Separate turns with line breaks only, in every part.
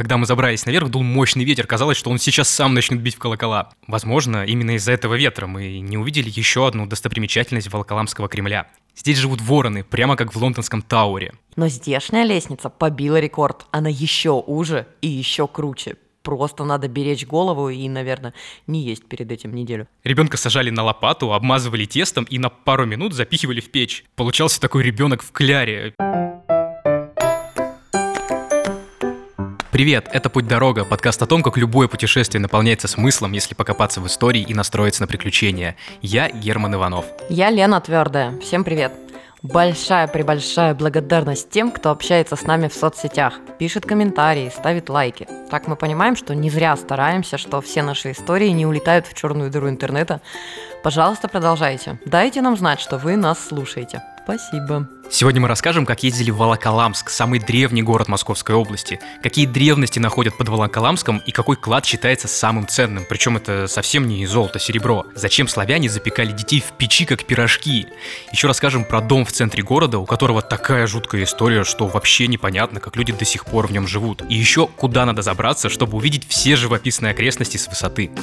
Когда мы забрались наверх, дул мощный ветер, казалось, что он сейчас сам начнет бить в колокола. Возможно, именно из-за этого ветра мы не увидели еще одну достопримечательность Волоколамского Кремля. Здесь живут вороны, прямо как в лондонском Тауэре.
Но здешняя лестница побила рекорд. Она еще уже и еще круче. Просто надо беречь голову и, наверное, не есть перед этим неделю.
Ребенка сажали на лопату, обмазывали тестом и на пару минут запихивали в печь. Получался такой ребенок в кляре. Привет, это «Путь-дорога», подкаст о том, как любое путешествие наполняется смыслом, если покопаться в истории и настроиться на приключения. Я Герман Иванов.
Я Лена Твердая. Всем привет. Большая-пребольшая благодарность тем, кто общается с нами в соцсетях, пишет комментарии, ставит лайки. Так мы понимаем, что не зря стараемся, что все наши истории не улетают в черную дыру интернета. Пожалуйста, продолжайте. Дайте нам знать, что вы нас слушаете. Спасибо.
Сегодня мы расскажем, как ездили в Волоколамск, самый древний город Московской области, какие древности находят под Волоколамском и какой клад считается самым ценным, причем это совсем не золото, серебро. Зачем славяне запекали детей в печи, как пирожки. Еще расскажем про дом в центре города, у которого такая жуткая история, что вообще непонятно, как люди до сих пор в нем живут. И еще куда надо забраться, чтобы увидеть все живописные окрестности с высоты.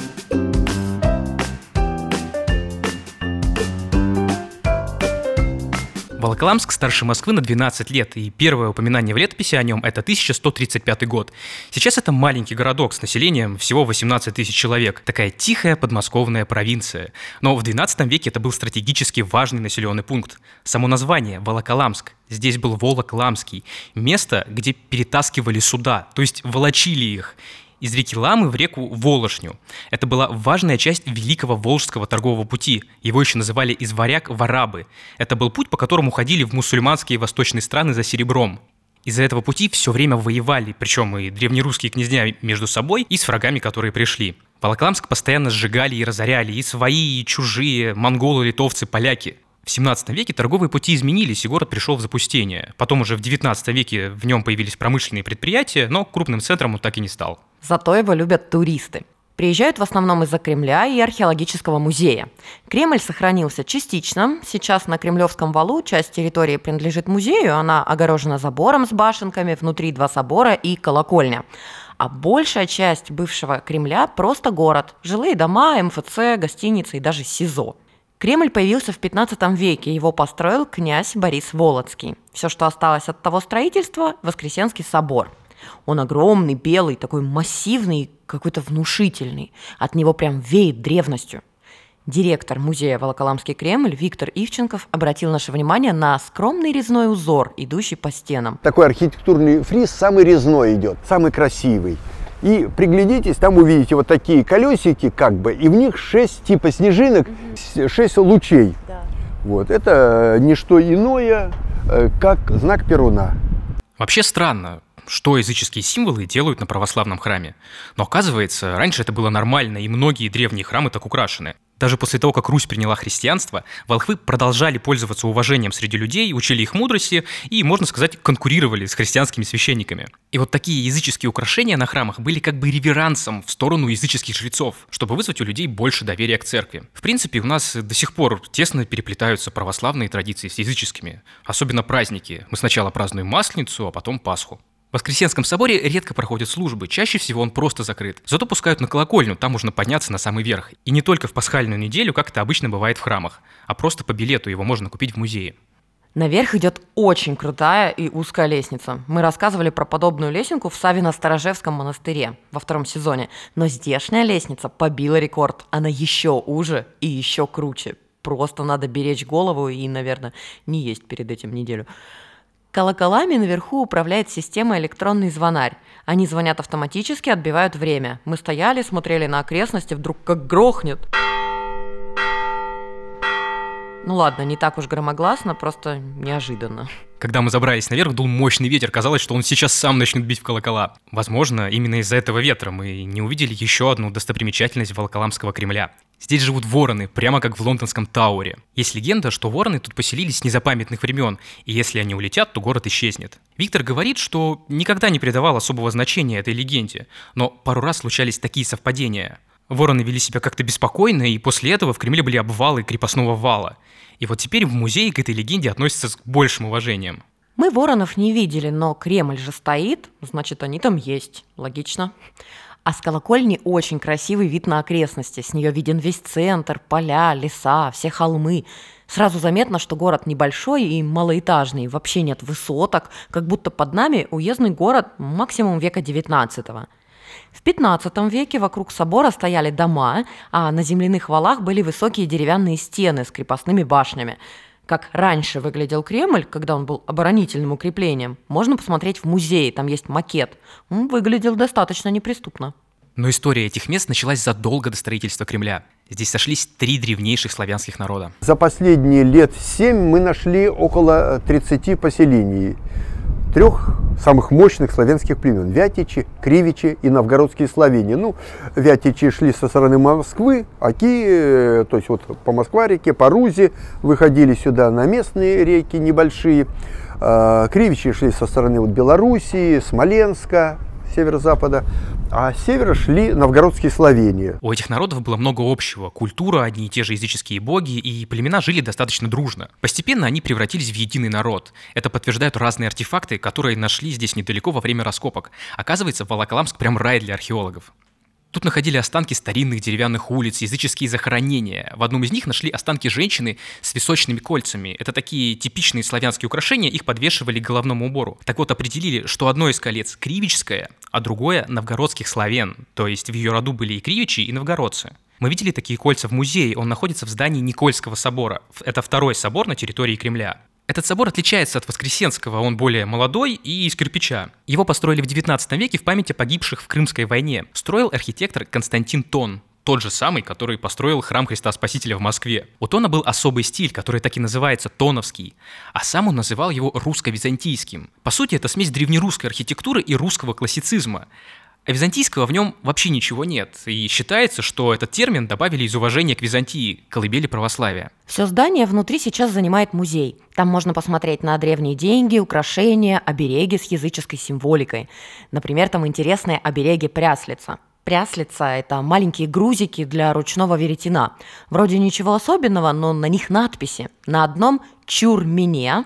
Волоколамск старше Москвы на 12 лет, и первое упоминание в летописи о нем – это 1135 год. Сейчас это маленький городок с населением всего 18 тысяч человек, такая тихая подмосковная провинция. Но в 12 веке это был стратегически важный населенный пункт. Само название – Волоколамск. Здесь был Волок Ламский, место, где перетаскивали суда, то есть волочили их из реки Ламы в реку Волошню. Это была важная часть Великого Волжского торгового пути. Его еще называли из варяг в арабы. Это был путь, по которому ходили в мусульманские и восточные страны за серебром. Из-за этого пути все время воевали, причем и древнерусские князья между собой, и с врагами, которые пришли. Волоколамск постоянно сжигали и разоряли и свои, и чужие, монголы, литовцы, поляки. В 17 веке торговые пути изменились, и город пришел в запустение. Потом уже в 19 веке в нем появились промышленные предприятия, но крупным центром он так и не стал.
Зато его любят туристы. Приезжают в основном из-за Кремля и археологического музея. Кремль сохранился частично. Сейчас на Кремлевском валу часть территории принадлежит музею, она огорожена забором с башенками, внутри 2 собора и колокольня. А большая часть бывшего Кремля – просто город. Жилые дома, МФЦ, гостиницы и даже СИЗО. Кремль появился в 15 веке, его построил князь Борис Волоцкий. Все, что осталось от того строительства – Воскресенский собор. Он огромный, белый, такой массивный, какой-то внушительный. От него прям веет древностью. Директор музея Волоколамский Кремль Виктор Ивченков обратил наше внимание на скромный резной узор, идущий по стенам.
Такой архитектурный фриз самый резной идет, самый красивый. И приглядитесь, там увидите вот такие колесики, как бы, и в них 6 типа снежинок, 6 лучей. Да. Вот, это не что иное, как знак Перуна.
Вообще странно, что языческие символы делают на православном храме. Но оказывается, раньше это было нормально, и многие древние храмы так украшены. Даже после того, как Русь приняла христианство, волхвы продолжали пользоваться уважением среди людей, учили их мудрости и, можно сказать, конкурировали с христианскими священниками. И вот такие языческие украшения на храмах были как бы реверансом в сторону языческих жрецов, чтобы вызвать у людей больше доверия к церкви. В принципе, у нас до сих пор тесно переплетаются православные традиции с языческими, особенно праздники. Мы сначала празднуем Масленицу, а потом Пасху. В Воскресенском соборе редко проходят службы, чаще всего он просто закрыт. Зато пускают на колокольню, там можно подняться на самый верх. И не только в пасхальную неделю, как это обычно бывает в храмах, а просто по билету его можно купить в музее.
Наверх идет очень крутая и узкая лестница. Мы рассказывали про подобную лесенку в Савино-Сторожевском монастыре во 2 сезоне. Но здешняя лестница побила рекорд. Она еще уже и еще круче. Просто надо беречь голову и, наверное, не есть перед этим неделю. Колоколами наверху управляет система электронный звонарь. Они звонят автоматически, отбивают время. Мы стояли, смотрели на окрестности, вдруг как грохнет. Ну ладно, не так уж громогласно, просто неожиданно.
Когда мы забрались наверх, дул мощный ветер, казалось, что он сейчас сам начнет бить в колокола. Возможно, именно из-за этого ветра мы не увидели еще одну достопримечательность Волоколамского Кремля. Здесь живут вороны, прямо как в лондонском Тауэре. Есть легенда, что вороны тут поселились с незапамятных времен, и если они улетят, то город исчезнет. Виктор говорит, что никогда не придавал особого значения этой легенде, но пару раз случались такие совпадения. Вороны вели себя как-то беспокойно, и после этого в Кремле были обвалы крепостного вала. И вот теперь в музее к этой легенде относятся с большим уважением.
Мы воронов не видели, но Кремль же стоит, значит, они там есть. Логично. А с колокольни очень красивый вид на окрестности. С нее виден весь центр, поля, леса, все холмы. Сразу заметно, что город небольшой и малоэтажный, вообще нет высоток, как будто под нами уездный город максимум века XIX. В XV веке вокруг собора стояли дома, а на земляных валах были высокие деревянные стены с крепостными башнями. Как раньше выглядел Кремль, когда он был оборонительным укреплением, можно посмотреть в музее, там есть макет. Он выглядел достаточно неприступно.
Но история этих мест началась задолго до строительства Кремля. Здесь сошлись 3 древнейших славянских народа.
За последние лет 7 мы нашли около 30 поселений 3 самых мощных славянских племен: Вятичи, Кривичи и новгородские славяне. Ну, Вятичи шли со стороны Москвы, то есть вот по Москва-реке, по Рузе выходили сюда на местные реки небольшие. Кривичи шли со стороны вот Белоруссии, Смоленска, северо-запада, а с севера шли новгородские славяне.
У этих народов было много общего. Культура, одни и те же языческие боги, и племена жили достаточно дружно. Постепенно они превратились в единый народ. Это подтверждают разные артефакты, которые нашли здесь недалеко во время раскопок. Оказывается, Волоколамск прям рай для археологов. Тут находили останки старинных деревянных улиц, языческие захоронения. В одном из них нашли останки женщины с височными кольцами. Это такие типичные славянские украшения, их подвешивали к головному убору. Так вот, определили, что одно из колец кривичское, а другое новгородских славян. То есть в ее роду были и кривичи, и новгородцы. Мы видели такие кольца в музее, он находится в здании Никольского собора. Это второй собор на территории Кремля. Этот собор отличается от Воскресенского, он более молодой и из кирпича. Его построили в XIX веке в память о погибших в Крымской войне. Строил архитектор Константин Тон, тот же самый, который построил храм Христа Спасителя в Москве. У Тона был особый стиль, который так и называется тоновский, а сам он называл его русско-византийским. По сути, это смесь древнерусской архитектуры и русского классицизма. А византийского в нем вообще ничего нет, и считается, что этот термин добавили из уважения к Византии, колыбели православия.
Все здание внутри сейчас занимает музей. Там можно посмотреть на древние деньги, украшения, обереги с языческой символикой. Например, там интересные обереги пряслица. Пряслица – это маленькие грузики для ручного веретена. Вроде ничего особенного, но на них надписи. На одном «Чур-мне»,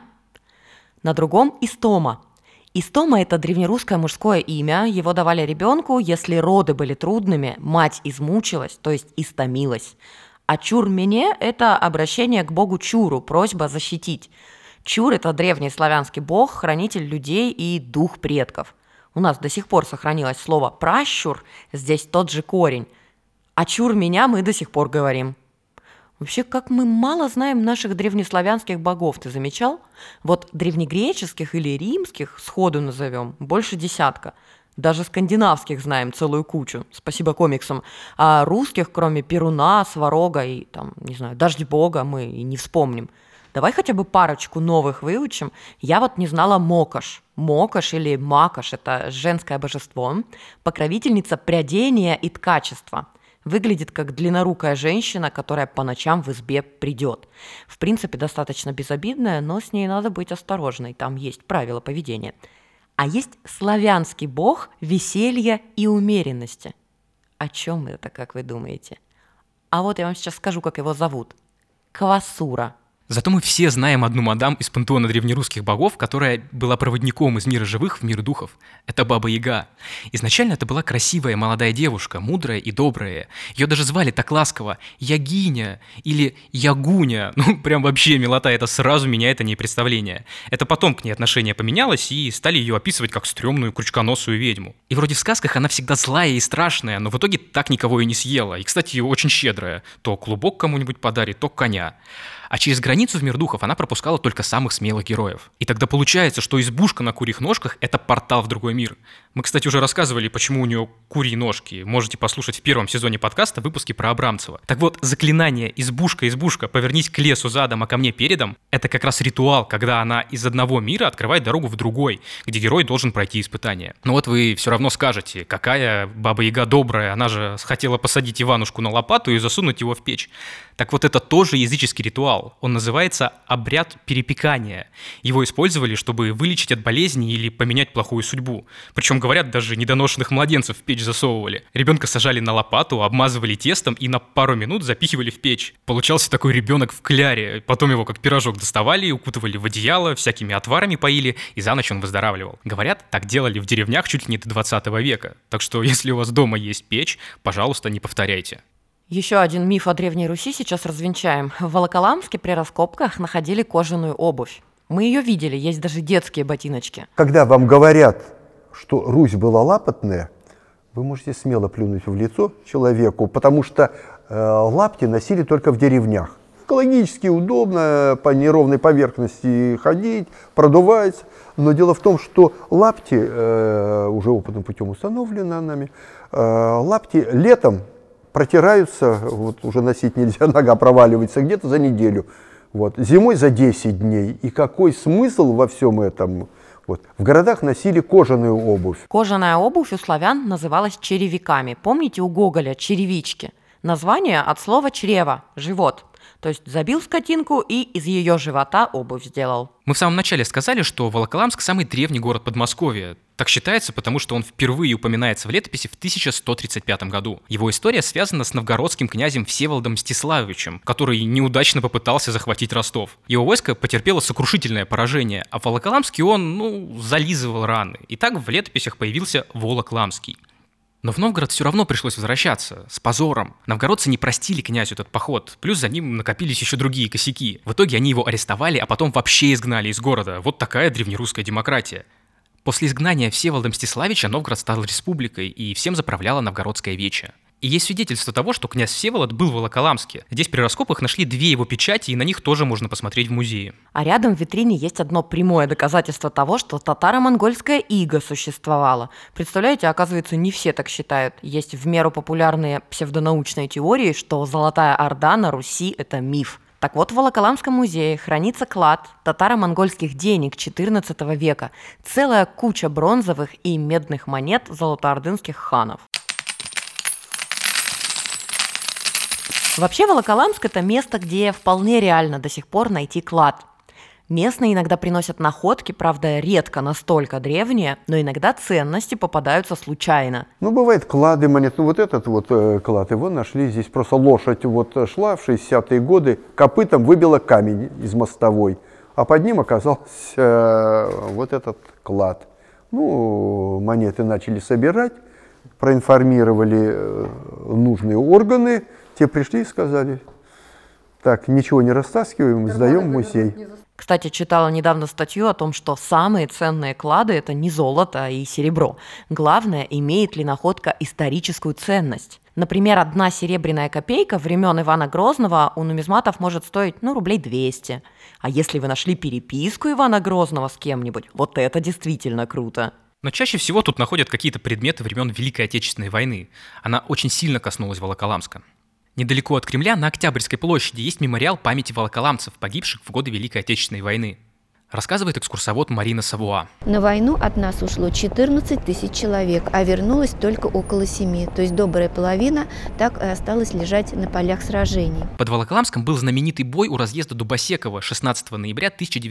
на другом «Истома». Истома – это древнерусское мужское имя, его давали ребенку, если роды были трудными, мать измучилась, то есть истомилась. А Чур-мне – это обращение к богу Чуру, просьба защитить. Чур – это древний славянский бог, хранитель людей и дух предков. У нас до сих пор сохранилось слово «пращур», здесь тот же корень. А Чур-меня мы до сих пор говорим. Вообще, как мы мало знаем наших древнеславянских богов, ты замечал? Вот древнегреческих или римских, сходу назовем, больше 10. Даже скандинавских знаем целую кучу, спасибо комиксам. А русских, кроме Перуна, Сварога и, Дождь-бога, мы и не вспомним. Давай хотя бы парочку новых выучим. Я вот не знала Мокош. Мокош или Макош – это женское божество, покровительница прядения и ткачества. Выглядит как длиннорукая женщина, которая по ночам в избе придет. В принципе, достаточно безобидная, но с ней надо быть осторожной, там есть правила поведения. А есть славянский бог веселья и умеренности. О чем это, как вы думаете? А вот я вам сейчас скажу, как его зовут. Квасура.
Зато мы все знаем одну мадам из пантеона древнерусских богов, которая была проводником из мира живых в мир духов. Это Баба Яга. Изначально это была красивая молодая девушка, мудрая и добрая. Ее даже звали так ласково Ягиня или Ягуня. Ну, прям вообще милота, это сразу меняет о ней представление. Это потом к ней отношение поменялось, и стали ее описывать как стрёмную крючконосую ведьму. И вроде в сказках она всегда злая и страшная, но в итоге так никого и не съела. И, кстати, очень щедрая. То клубок кому-нибудь подарит, то коня. А через границу в мир духов она пропускала только самых смелых героев. И тогда получается, что избушка на курьих ножках – это портал в другой мир. Мы, кстати, уже рассказывали, почему у нее курьи ножки. Можете послушать в первом сезоне подкаста выпуски про Абрамцева. Так вот, заклинание «Избушка, избушка, повернись к лесу задом, а ко мне передом» – это как раз ритуал, когда она из одного мира открывает дорогу в другой, где герой должен пройти испытание. Но вот вы все равно скажете, какая Баба Яга добрая, она же хотела посадить Иванушку на лопату и засунуть его в печь. Так вот, это тоже языческий ритуал. Он называется обряд перепекания. Его использовали, чтобы вылечить от болезни или поменять плохую судьбу. Причем говорят, даже недоношенных младенцев в печь засовывали. Ребенка сажали на лопату, обмазывали тестом и на пару минут запихивали в печь. Получался такой ребенок в кляре. Потом его как пирожок доставали, укутывали в одеяло, всякими отварами поили, и за ночь он выздоравливал. Говорят, так делали в деревнях чуть ли не до 20 века. Так что, если у вас дома есть печь, пожалуйста, не повторяйте.
Еще один миф о Древней Руси сейчас развенчаем. В Волоколамске при раскопках находили кожаную обувь. Мы ее видели, есть даже детские ботиночки.
Когда вам говорят, что Русь была лапотная, вы можете смело плюнуть в лицо человеку, потому что лапти носили только в деревнях. Экологически удобно, по неровной поверхности ходить, продувается. Но дело в том, что лапти, уже опытным путем установлено нами, лапти летом протираются, вот уже носить нельзя, нога проваливается где-то за неделю. Вот. Зимой за 10 дней. И какой смысл во всем этом? Вот. В городах носили кожаную обувь.
Кожаная обувь у славян называлась черевиками. Помните у Гоголя черевички? Название от слова чрево, живот. То есть забил скотинку и из ее живота обувь сделал.
Мы в самом начале сказали, что Волоколамск – самый древний город Подмосковья. Так считается, потому что он впервые упоминается в летописи в 1135 году. Его история связана с новгородским князем Всеволодом Мстиславовичем, который неудачно попытался захватить Ростов. Его войско потерпело сокрушительное поражение, а в Волоколамске он, зализывал раны. И так в летописях появился Волоколамский. Но в Новгород все равно пришлось возвращаться, с позором. Новгородцы не простили князю этот поход, плюс за ним накопились еще другие косяки. В итоге они его арестовали, а потом вообще изгнали из города. Вот такая древнерусская демократия. После изгнания Всеволода Мстиславича Новгород стал республикой, и всем заправляла новгородская вече. И есть свидетельство того, что князь Всеволод был в Волоколамске. Здесь при раскопах нашли 2 его печати, и на них тоже можно посмотреть в музее.
А рядом в витрине есть одно прямое доказательство того, что татаро-монгольская ига существовала. Представляете, оказывается, не все так считают. Есть в меру популярные псевдонаучные теории, что Золотая Орда на Руси – это миф. Так вот, в Волоколамском музее хранится клад татаро-монгольских денег XIV века, целая куча бронзовых и медных монет золотоордынских ханов. Вообще Волоколамск – это место, где вполне реально до сих пор найти клад. Местные иногда приносят находки, правда, редко настолько древние, но иногда ценности попадаются случайно.
Бывает клады монет. Вот этот клад, его нашли здесь. Просто лошадь шла в 60-е годы, копытом выбила камень из мостовой, а под ним оказался вот этот клад. Монеты начали собирать, проинформировали нужные органы, те пришли и сказали: так, ничего не растаскиваем, сдаем в музей.
Кстати, читала недавно статью о том, что самые ценные клады – это не золото и серебро. Главное, имеет ли находка историческую ценность. Например, 1 серебряная копейка времен Ивана Грозного у нумизматов может стоить, рублей 200. А если вы нашли переписку Ивана Грозного с кем-нибудь, вот это действительно круто.
Но чаще всего тут находят какие-то предметы времен Великой Отечественной войны. Она очень сильно коснулась Волоколамска. Недалеко от Кремля на Октябрьской площади есть мемориал памяти волоколамцев, погибших в годы Великой Отечественной войны. Рассказывает экскурсовод Марина Савуа.
На войну от нас ушло 14 тысяч человек, а вернулось только около 7. То есть добрая половина так и осталась лежать на полях сражений.
Под Волоколамском был знаменитый бой у разъезда Дубосекова 16 ноября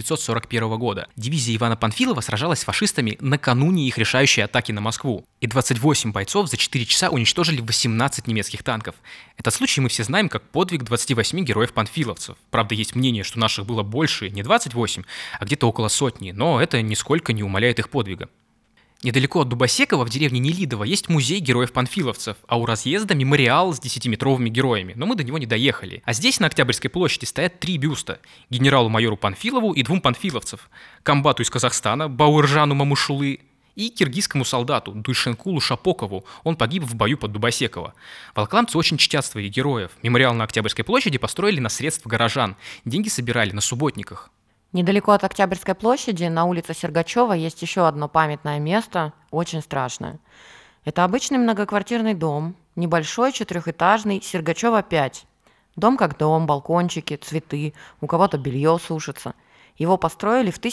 1941 года. Дивизия Ивана Панфилова сражалась с фашистами накануне их решающей атаки на Москву. И 28 бойцов за 4 часа уничтожили 18 немецких танков. Этот случай мы все знаем как подвиг 28 героев-панфиловцев. Правда, есть мнение, что наших было больше, не 28, а где-то около 100, но это нисколько не умаляет их подвига. Недалеко от Дубосекова в деревне Нелидово есть музей героев-панфиловцев, а у разъезда мемориал с 10-метровыми героями, но мы до него не доехали. А здесь на Октябрьской площади стоят 3 бюста – генералу-майору Панфилову и 2 панфиловцев, комбату из Казахстана Бауыржану Мамушулы и киргизскому солдату Дуйшенкулу Шапокову, он погиб в бою под Дубосеково. Волоколамцы очень чтят своих героев. Мемориал на Октябрьской площади построили на средства горожан, деньги собирали на субботниках.
Недалеко от Октябрьской площади, на улице Сергачева, есть еще одно памятное место, очень страшное. Это обычный многоквартирный дом, небольшой, 4-этажный, Сергачева 5. Дом как дом, балкончики, цветы, у кого-то белье сушится. Его построили в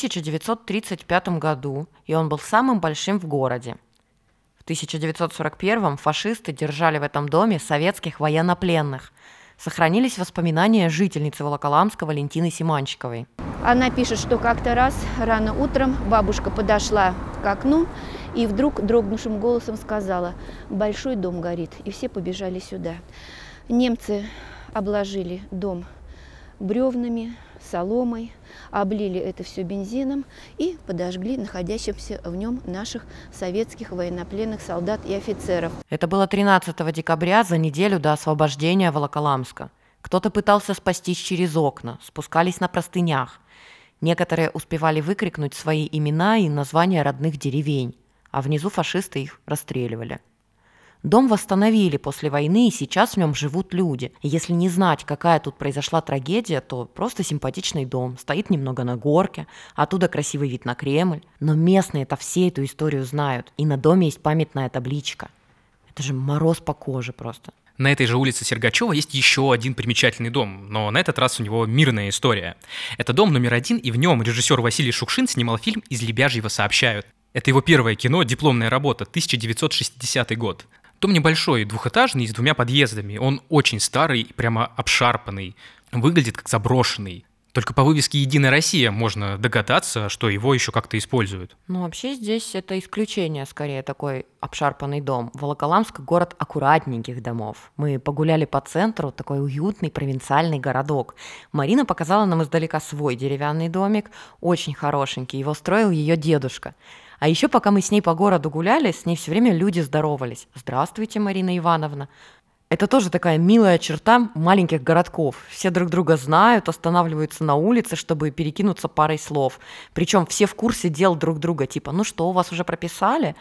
1935 году, и он был самым большим в городе. В 1941 фашисты держали в этом доме советских военнопленных. Сохранились воспоминания жительницы Волоколамска Валентины Симанчиковой.
Она пишет, что как-то раз рано утром бабушка подошла к окну И вдруг дрогнувшим голосом сказала: «Большой дом горит», и все побежали сюда. Немцы обложили дом бревнами, соломой, облили это все бензином и подожгли находящихся в нем наших советских военнопленных солдат и офицеров.
Это было 13 декабря, за неделю до освобождения Волоколамска. Кто-то пытался спастись через окна, спускались на простынях. Некоторые успевали выкрикнуть свои имена и названия родных деревень, а внизу фашисты их расстреливали. Дом восстановили после войны, и сейчас в нем живут люди. И если не знать, какая тут произошла трагедия, то просто симпатичный дом, стоит немного на горке, оттуда красивый вид на Кремль. Но местные-то все эту историю знают, и на доме есть памятная табличка. Это же мороз по коже просто.
На этой же улице Сергачева есть еще один примечательный дом, но на этот раз у него мирная история. Это дом номер 1, и в нем режиссер Василий Шукшин снимал фильм «Из Лебяжьего сообщают». Это его первое кино, дипломная работа, 1960 год. Дом небольшой, двухэтажный, с 2 подъездами. Он очень старый, прямо обшарпанный, выглядит как заброшенный. Только по вывеске «Единая Россия» можно догадаться, что его еще как-то используют.
Ну, вообще здесь это исключение, скорее, такой обшарпанный дом. Волоколамск – город аккуратненьких домов. Мы погуляли по центру, такой уютный провинциальный городок. Марина показала нам издалека свой деревянный домик, очень хорошенький, его строил ее дедушка. А еще пока мы с ней по городу гуляли, с ней все время люди здоровались. «Здравствуйте, Марина Ивановна». Это тоже такая милая черта маленьких городков. Все друг друга знают, останавливаются на улице, чтобы перекинуться парой слов. Причем все в курсе дел друг друга, типа: «Ну что, у вас уже прописали?»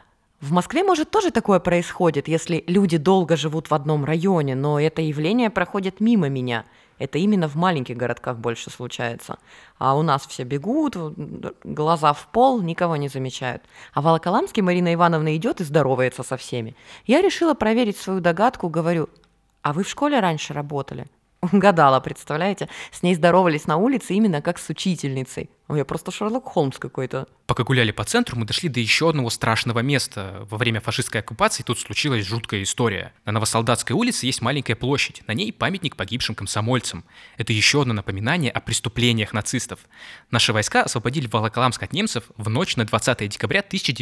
В Москве, может, тоже такое происходит, если люди долго живут в одном районе, но это явление проходит мимо меня. Это именно в маленьких городках больше случается. А у нас все бегут, глаза в пол, никого не замечают. А в Волоколамске Марина Ивановна идет и здоровается со всеми. Я решила проверить свою догадку, говорю: «А вы в школе раньше работали?» Угадала, представляете? С ней здоровались на улице именно как с учительницей. Ой, я просто Шерлок Холмс какой-то.
Пока гуляли по центру, мы дошли до еще одного страшного места. Во время фашистской оккупации тут случилась жуткая история. На Новосолдатской улице есть маленькая площадь. На ней памятник погибшим комсомольцам. Это еще одно напоминание о преступлениях нацистов. Наши войска освободили Волоколамск от немцев в ночь на 20 декабря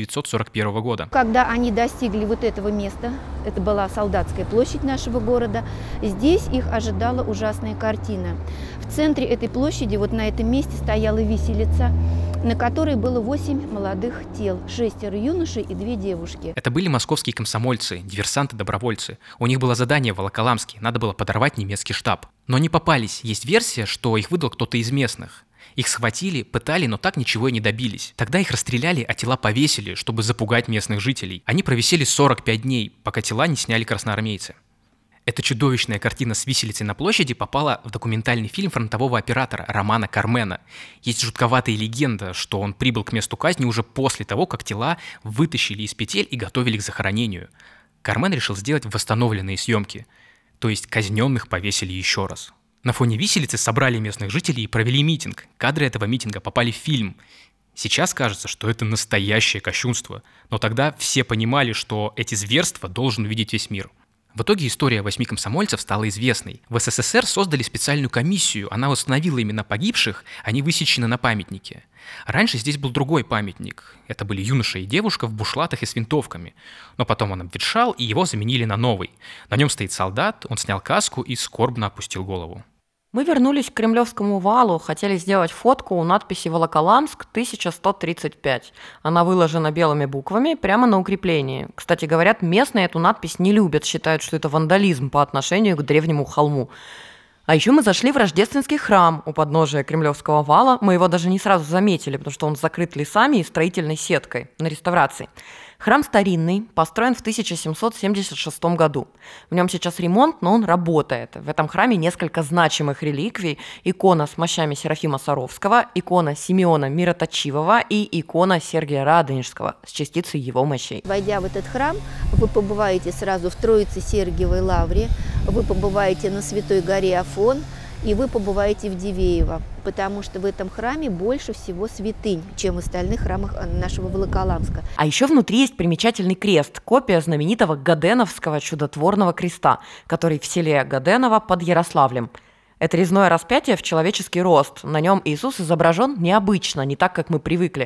1941 года.
Когда они достигли вот этого места, это была Солдатская площадь нашего города, здесь их ожидала ужасная картина. В центре этой площади, вот на этом месте, стояла виселица, на которой было 8 молодых тел, 6 юношей и 2 девушки.
Это были московские комсомольцы, диверсанты-добровольцы. У них было задание в Волоколамске, надо было подорвать немецкий штаб. Но они попались. Есть версия, что их выдал кто-то из местных. Их схватили, пытали, но так ничего и не добились. Тогда их расстреляли, а тела повесили, чтобы запугать местных жителей. Они провисели 45 дней, пока тела не сняли красноармейцы. Эта чудовищная картина с виселицей на площади попала в документальный фильм фронтового оператора Романа Кармена. Есть жутковатая легенда, что он прибыл к месту казни уже после того, как тела вытащили из петель и готовили к захоронению. Кармен решил сделать восстановленные съемки, то есть казненных повесили еще раз. На фоне виселицы собрали местных жителей и провели митинг. Кадры этого митинга попали в фильм. Сейчас кажется, что это настоящее кощунство, но тогда все понимали, что эти зверства должен увидеть весь мир. В итоге история 8 комсомольцев стала известной. В СССР создали специальную комиссию, она установила имена погибших, они высечены на памятнике. Раньше здесь был другой памятник. Это были юноша и девушка в бушлатах и с винтовками. Но потом он обветшал, и его заменили на новый. На нем стоит солдат, он снял каску и скорбно опустил голову.
Мы вернулись к Кремлевскому валу, хотели сделать фотку у надписи «Волоколамск 1135». Она выложена белыми буквами прямо на укреплении. Кстати, говорят, местные эту надпись не любят, считают, что это вандализм по отношению к древнему холму. А еще мы зашли в рождественский храм у подножия Кремлевского вала. Мы его даже не сразу заметили, потому что он закрыт лесами и строительной сеткой на реставрации. Храм старинный, построен в 1776 году. В нем сейчас ремонт, но он работает. В этом храме несколько значимых реликвий. Икона с мощами Серафима Саровского, икона Симеона Мироточивого и икона Сергия Радонежского с частицей его мощей.
Войдя в этот храм, вы побываете сразу в Троице-Сергиевой лавре, вы побываете на Святой горе Афон, и вы побываете в Дивеево, потому что в этом храме больше всего святынь, чем в остальных храмах нашего Волоколамска.
А еще внутри есть примечательный крест, копия знаменитого Гаденовского чудотворного креста, который в селе Гаденово под Ярославлем. Это резное распятие в человеческий рост. На нем Иисус изображен необычно, не так, как мы привыкли.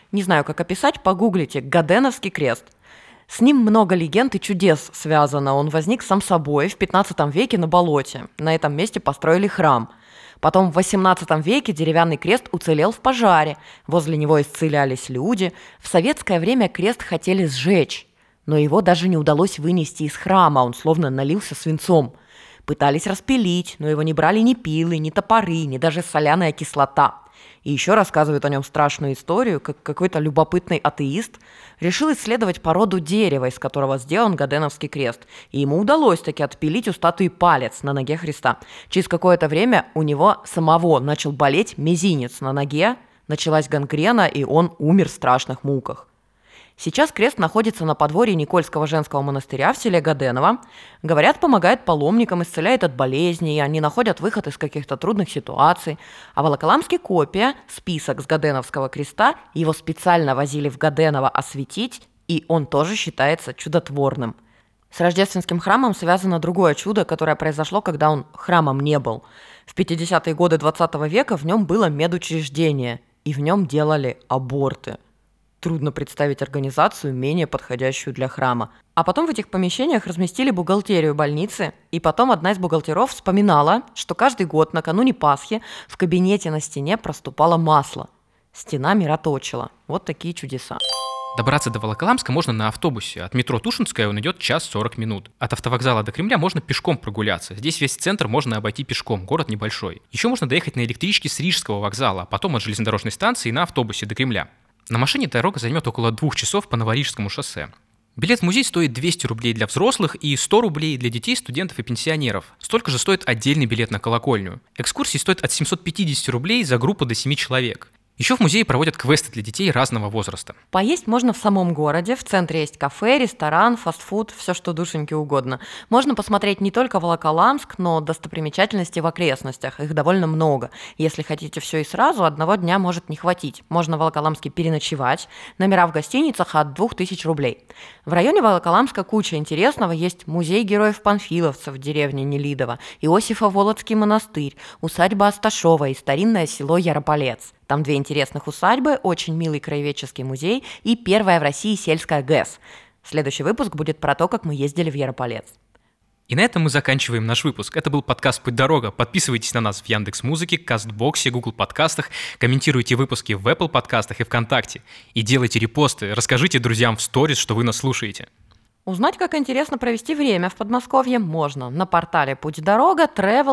Не знаю, как описать, погуглите «Гаденовский крест». С ним много легенд и чудес связано. Он возник сам собой в 15 веке на болоте. На этом месте построили храм. Потом в 18 веке деревянный крест уцелел в пожаре. Возле него исцелялись люди. В советское время крест хотели сжечь, но его даже не удалось вынести из храма. Он словно налился свинцом. Пытались распилить, но его не брали ни пилы, ни топоры, ни даже соляная кислота. И еще рассказывают о нем страшную историю, как какой-то любопытный атеист решил исследовать породу дерева, из которого сделан Гаденовский крест. И ему удалось таки отпилить у статуи палец на ноге Христа. Через какое-то время у него самого начал болеть мизинец на ноге, началась гангрена, и он умер в страшных муках. Сейчас крест находится на подворье Никольского женского монастыря в селе Гаденово. Говорят, помогает паломникам, исцеляет от болезней, они находят выход из каких-то трудных ситуаций. А в Волоколамске копия, список с Гаденовского креста, его специально возили в Гаденово осветить, и он тоже считается чудотворным. С рождественским храмом связано другое чудо, которое произошло, когда он храмом не был. В 50-е годы 20 века в нем было медучреждение, и в нем делали аборты. Трудно представить организацию, менее подходящую для храма. А потом в этих помещениях разместили бухгалтерию больницы, и потом одна из бухгалтеров вспоминала, что каждый год накануне Пасхи в кабинете на стене проступало масло. Стена мироточила. Вот такие чудеса.
Добраться до Волоколамска можно на автобусе. От метро Тушинская он идет 1:40. От автовокзала до Кремля можно пешком прогуляться. Здесь весь центр можно обойти пешком, город небольшой. Еще можно доехать на электричке с Рижского вокзала, а потом от железнодорожной станции на автобусе до Кремля. На машине дорога займет около 2 часов по Новорижскому шоссе. Билет в музей стоит 200 рублей для взрослых и 100 рублей для детей, студентов и пенсионеров. Столько же стоит отдельный билет на колокольню. Экскурсии стоят от 750 рублей за группу до 7 человек. Еще в музее проводят квесты для детей разного возраста.
Поесть можно в самом городе. В центре есть кафе, ресторан, фастфуд, все, что душеньке угодно. Можно посмотреть не только Волоколамск, но достопримечательности в окрестностях. Их довольно много. Если хотите все и сразу, одного дня может не хватить. Можно в Волоколамске переночевать. Номера в гостиницах от 2000 рублей. В районе Волоколамска куча интересного. Есть музей героев-панфиловцев в деревне Нелидово, Иосифо-Володский монастырь, усадьба Асташова и старинное село Ярополец. Там 2 интересных усадьбы, очень милый краеведческий музей и первая в России сельская ГЭС. Следующий выпуск будет про то, как мы ездили в Ярополец.
И на этом мы заканчиваем наш выпуск. Это был подкаст «Путь дорога». Подписывайтесь на нас в Яндекс.Музыке, Кастбоксе, Google подкастах, комментируйте выпуски в Apple подкастах и ВКонтакте. И делайте репосты, расскажите друзьям в сторис, что вы нас слушаете.
Узнать, как интересно провести время в Подмосковье, можно на портале «Путь дорога»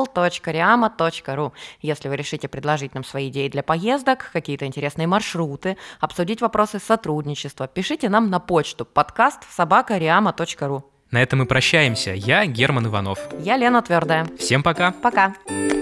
travel.riama.ru. Если вы решите предложить нам свои идеи для поездок, какие-то интересные маршруты, обсудить вопросы сотрудничества, пишите нам на почту podcast@riama.ru.
На этом мы прощаемся. Я Герман Иванов.
Я Лена Твердая.
Всем пока.
Пока.